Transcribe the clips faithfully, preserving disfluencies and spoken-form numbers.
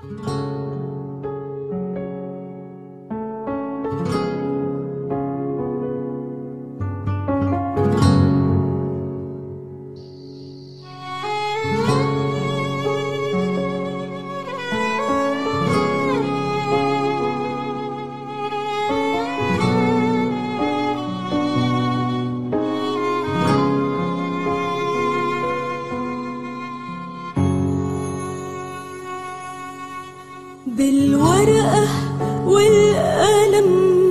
بالورقة والقلم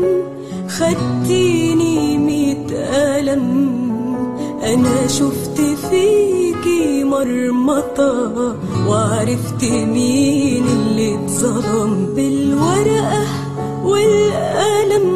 خدتيني ميت قلم، أنا شفت فيكي مرمطة وعرفت مين اللي اتظلم. بالورقة والقلم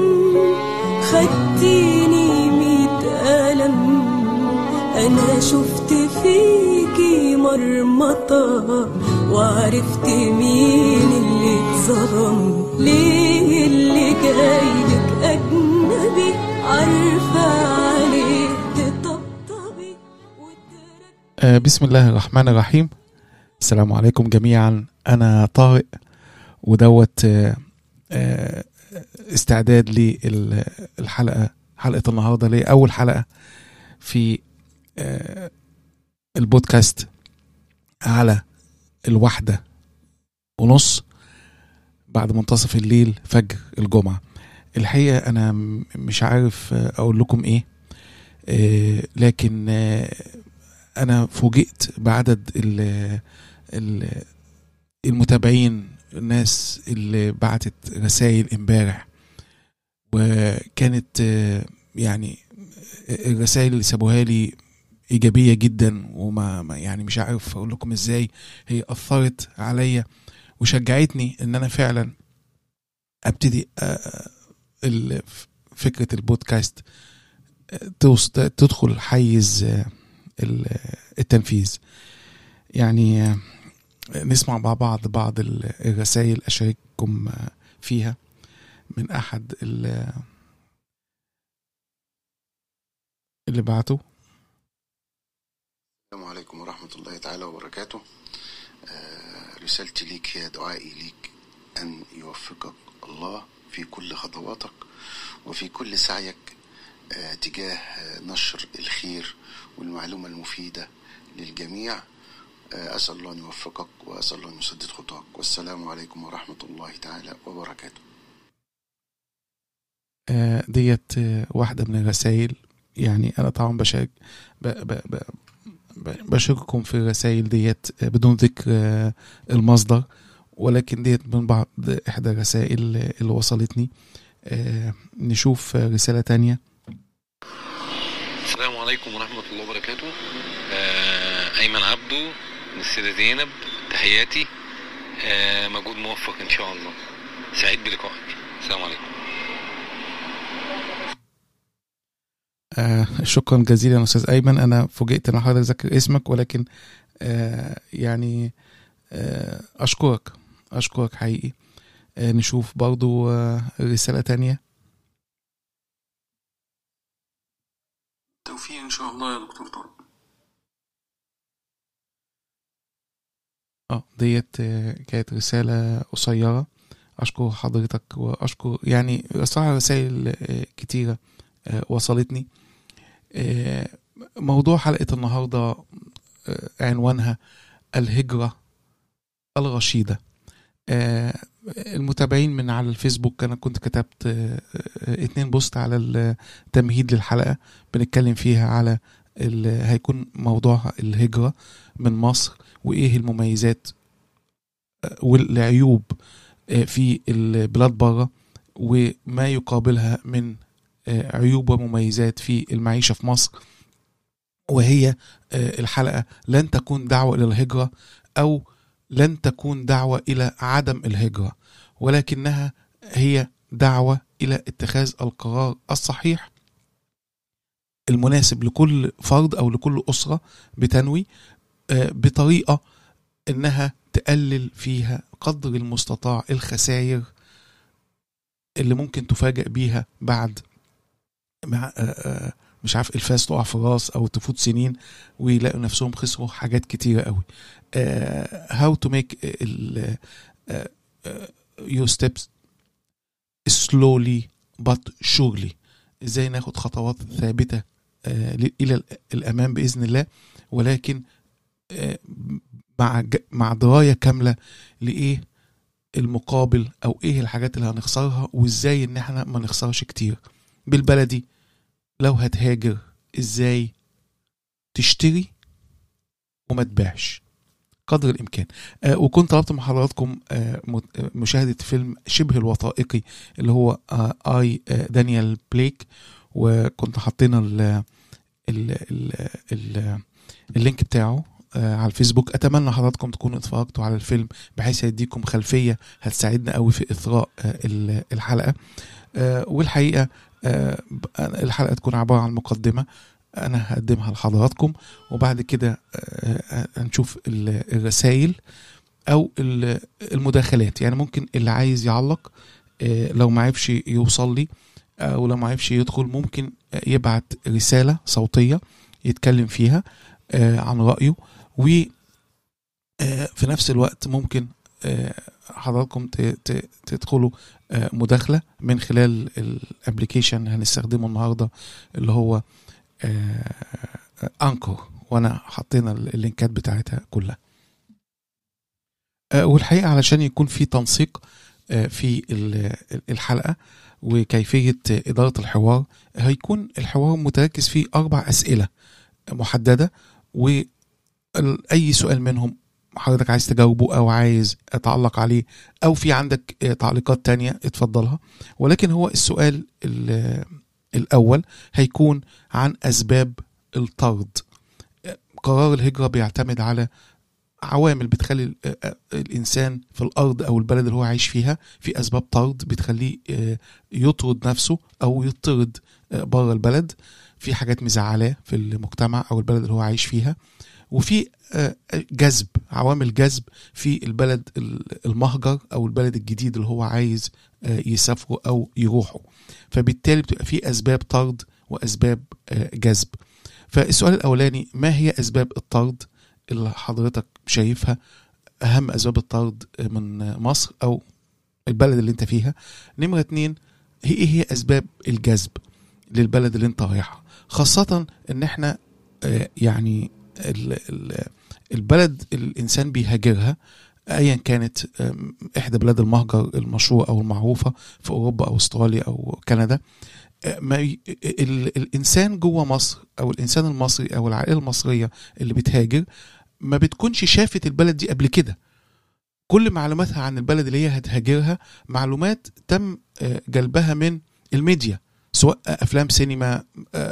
خدتيني ميت قلم، أنا شفت فيكي مرمطة وعرفت مين اللي اتظلم. ليه اللي جايلك أجنبي عارفة عليه تطبطبي آه بسم الله الرحمن الرحيم. السلام عليكم جميعا. أنا طارق ودوت آه آه استعداد للحلقة حلقة النهاردة ليه أول حلقة في آه البودكاست على الواحدة ونص بعد منتصف الليل فجر الجمعة. الحقيقة أنا مش عارف أقول لكم إيه، لكن أنا فوجئت بعدد المتابعين، الناس اللي بعتت رسائل امبارح، وكانت يعني الرسائل اللي سابوها لي إيجابية جدا، وما يعني مش عارف أقول لكم إزاي هي أثرت عليا وشجعتني إن أنا فعلا أبتدي فكرة البودكاست تدخل حيز التنفيذ. يعني نسمع مع بعض بعض الرسائل أشارككم فيها من أحد اللي بعتوا. السلام عليكم ورحمة الله تعالى وبركاته. آه رسالتي ليك هي دعائي ليك أن يوفقك الله في كل خطواتك وفي كل سعيك آه تجاه آه نشر الخير والمعلومة المفيدة للجميع. آه أسأل الله أن يوفقك وأسأل الله أن يسدد خطاك، والسلام عليكم ورحمة الله تعالى وبركاته. آه ديت آه واحدة من الرسائل. يعني أنا طبعا بشارك ب ب ب بشارككم في الرسائل ديت بدون ذكر المصدر، ولكن ديت من بعض إحدى الرسائل اللي وصلتني. نشوف رسالة تانية. السلام عليكم ورحمة الله وبركاته. أيمن عبدو من السيدة زينب، تحياتي. مجهود موفق إن شاء الله. سعيد بلقائك. السلام عليكم. آه شكرا جزيلا أستاذ أيمن. أنا فوجئت أن حضرتك ذكر اسمك، ولكن آه يعني آه أشكرك أشكرك حقيقي. آه نشوف برضو آه رسالة تانية. توفيق إن شاء الله يا دكتور طارق. اه ديت آه كانت رسالة قصيرة. أشكر حضرتك وأشكر يعني صراحة رسائل آه كتيرة آه وصلتني. موضوع حلقة النهاردة عنوانها الهجرة الرشيدة. المتابعين من على الفيسبوك أنا كنت كتبت اتنين بوست على التمهيد للحلقة بنتكلم فيها على هيكون موضوعها الهجرة من مصر، وإيه المميزات والعيوب في البلاد برة، وما يقابلها من عيوب ومميزات في المعيشة في مصر. وهي الحلقة لن تكون دعوة إلى الهجرة أو لن تكون دعوة إلى عدم الهجرة، ولكنها هي دعوة إلى اتخاذ القرار الصحيح المناسب لكل فرد أو لكل أسرة بتنوي، بطريقة إنها تقلل فيها قدر المستطاع الخسائر اللي ممكن تفاجأ بيها بعد مع مش عارف الفاس تقع في راس او تفوت سنين ويلاقوا نفسهم خسروا حاجات كتيرة قوي. how to make your steps slowly but surely. ازاي ناخد خطوات ثابتة الى الامام باذن الله، ولكن مع مع درايه كامله لايه المقابل او ايه الحاجات اللي هنخسرها، وازاي ان احنا ما نخسرش كتير. بالبلدي لو هتهاجر ازاي تشتري وما تبيعش قدر الامكان. آه وكنت طلبت من حضراتكم آه مشاهده فيلم شبه الوثائقي اللي هو آه اي آه دانيال بليك، وكنت حاطين ال ال ال ال اللينك بتاعه آه على الفيسبوك. اتمنى حضراتكم تكونوا اتفرجتوا على الفيلم بحيث يديكم خلفيه هتساعدنا قوي في اثراء آه الحلقه. آه والحقيقه آه الحلقه تكون عباره عن مقدمه انا هقدمها لحضراتكم، وبعد كده هنشوف الرسائل او المداخلات. يعني ممكن اللي عايز يعلق لو ما عرفش يوصل لي او لو ما عرفش يدخل ممكن يبعت رسالة صوتية يتكلم فيها عن رأيه، وفي نفس الوقت ممكن حضراتكم تدخلوا مداخلة من خلال الابليكيشن هنستخدمه النهاردة اللي هو أنكر، وانا حطينا اللينكات بتاعتها كلها. والحقيقة علشان يكون في تنسيق في الحلقة وكيفية إدارة الحوار، هيكون الحوار متركز فيه أربع أسئلة محددة، وأي سؤال منهم حضرتك عايز تجاوبه أو عايز أتعلق عليه أو في عندك تعليقات تانية اتفضلها. ولكن هو السؤال الأول هيكون عن أسباب الطرد. قرار الهجرة بيعتمد على عوامل بتخلي الإنسان في الأرض أو البلد اللي هو عايش فيها في أسباب طرد بتخليه يطرد نفسه أو يطرد بره البلد. في حاجات مزعلاه في المجتمع أو البلد اللي هو عايش فيها، وفي جذب، عوامل جذب في البلد المهجر أو البلد الجديد اللي هو عايز يسافره أو يروحه. فبالتالي بتبقى في أسباب طرد وأسباب جذب. فالسؤال الأولاني، ما هي أسباب الطرد اللي حضرتك شايفها أهم أسباب الطرد من مصر أو البلد اللي انت فيها؟ نمرة اتنين، هي ايه هي أسباب الجذب للبلد اللي انت رايحها، خاصة ان احنا يعني البلد الإنسان بيهاجرها ايا كانت احدى بلاد المهجر المشهورة او المعروفة في اوروبا او استراليا او كندا، ما ي... الانسان جوه مصر او الانسان المصري او العائله المصريه اللي بتهاجر ما بتكونش شافت البلد دي قبل كده. كل معلوماتها عن البلد اللي هي هتهاجرها معلومات تم جلبها من الميديا، سواء افلام سينما،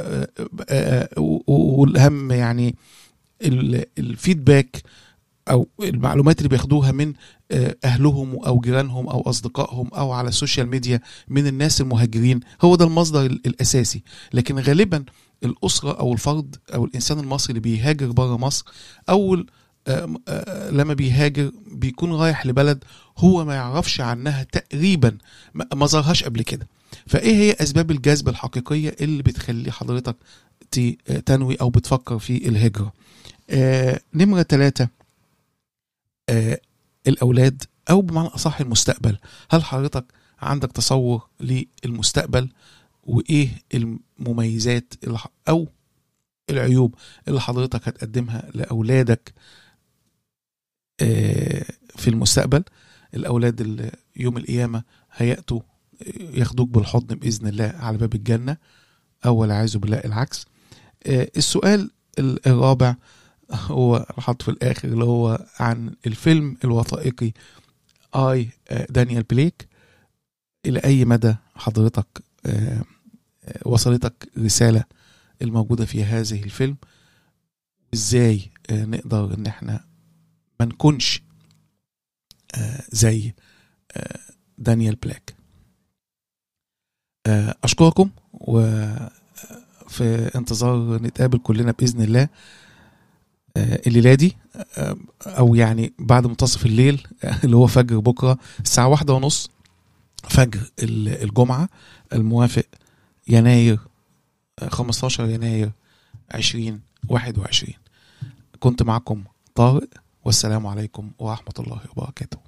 والاهم يعني الفيدباك او المعلومات اللي بياخدوها من اهلهم او جيرانهم او اصدقائهم او على السوشيال ميديا من الناس المهاجرين. هو ده المصدر الاساسي. لكن غالبا الاسره او الفرد او الانسان المصري اللي بيهاجر بره مصر اول لما بيهاجر بيكون رايح لبلد هو ما يعرفش عنها تقريبا، ما ظهرهاش قبل كده. فايه هي اسباب الجذب الحقيقيه اللي بتخلي حضرتك تنوي او بتفكر في الهجره؟ آه نمره ثلاثة، آه الأولاد أو بمعنى أصح المستقبل. هل حضرتك عندك تصور للمستقبل وإيه المميزات أو العيوب اللي حضرتك هتقدمها لأولادك آه في المستقبل؟ الأولاد اللي يوم القيامة هيأتوا ياخدوك بالحضن بإذن الله على باب الجنة، أو والعياذ بالله العكس. آه السؤال الرابع هو حط في الآخر اللي هو عن الفيلم الوثائقي آي دانيال بليك. إلى أي مدى حضرتك وصلتك رسالة الموجودة في هذه الفيلم؟ إزاي نقدر إن احنا ما نكونش زي دانيال بليك؟ أشكركم، وفي انتظار نتقابل كلنا بإذن الله الليلة دي، او يعني بعد منتصف الليل اللي هو فجر بكرة الساعة واحدة ونص فجر الجمعة الموافق يناير خمستاشر يناير عشرين واحد وعشرين. كنت معكم طارق، والسلام عليكم ورحمة الله وبركاته.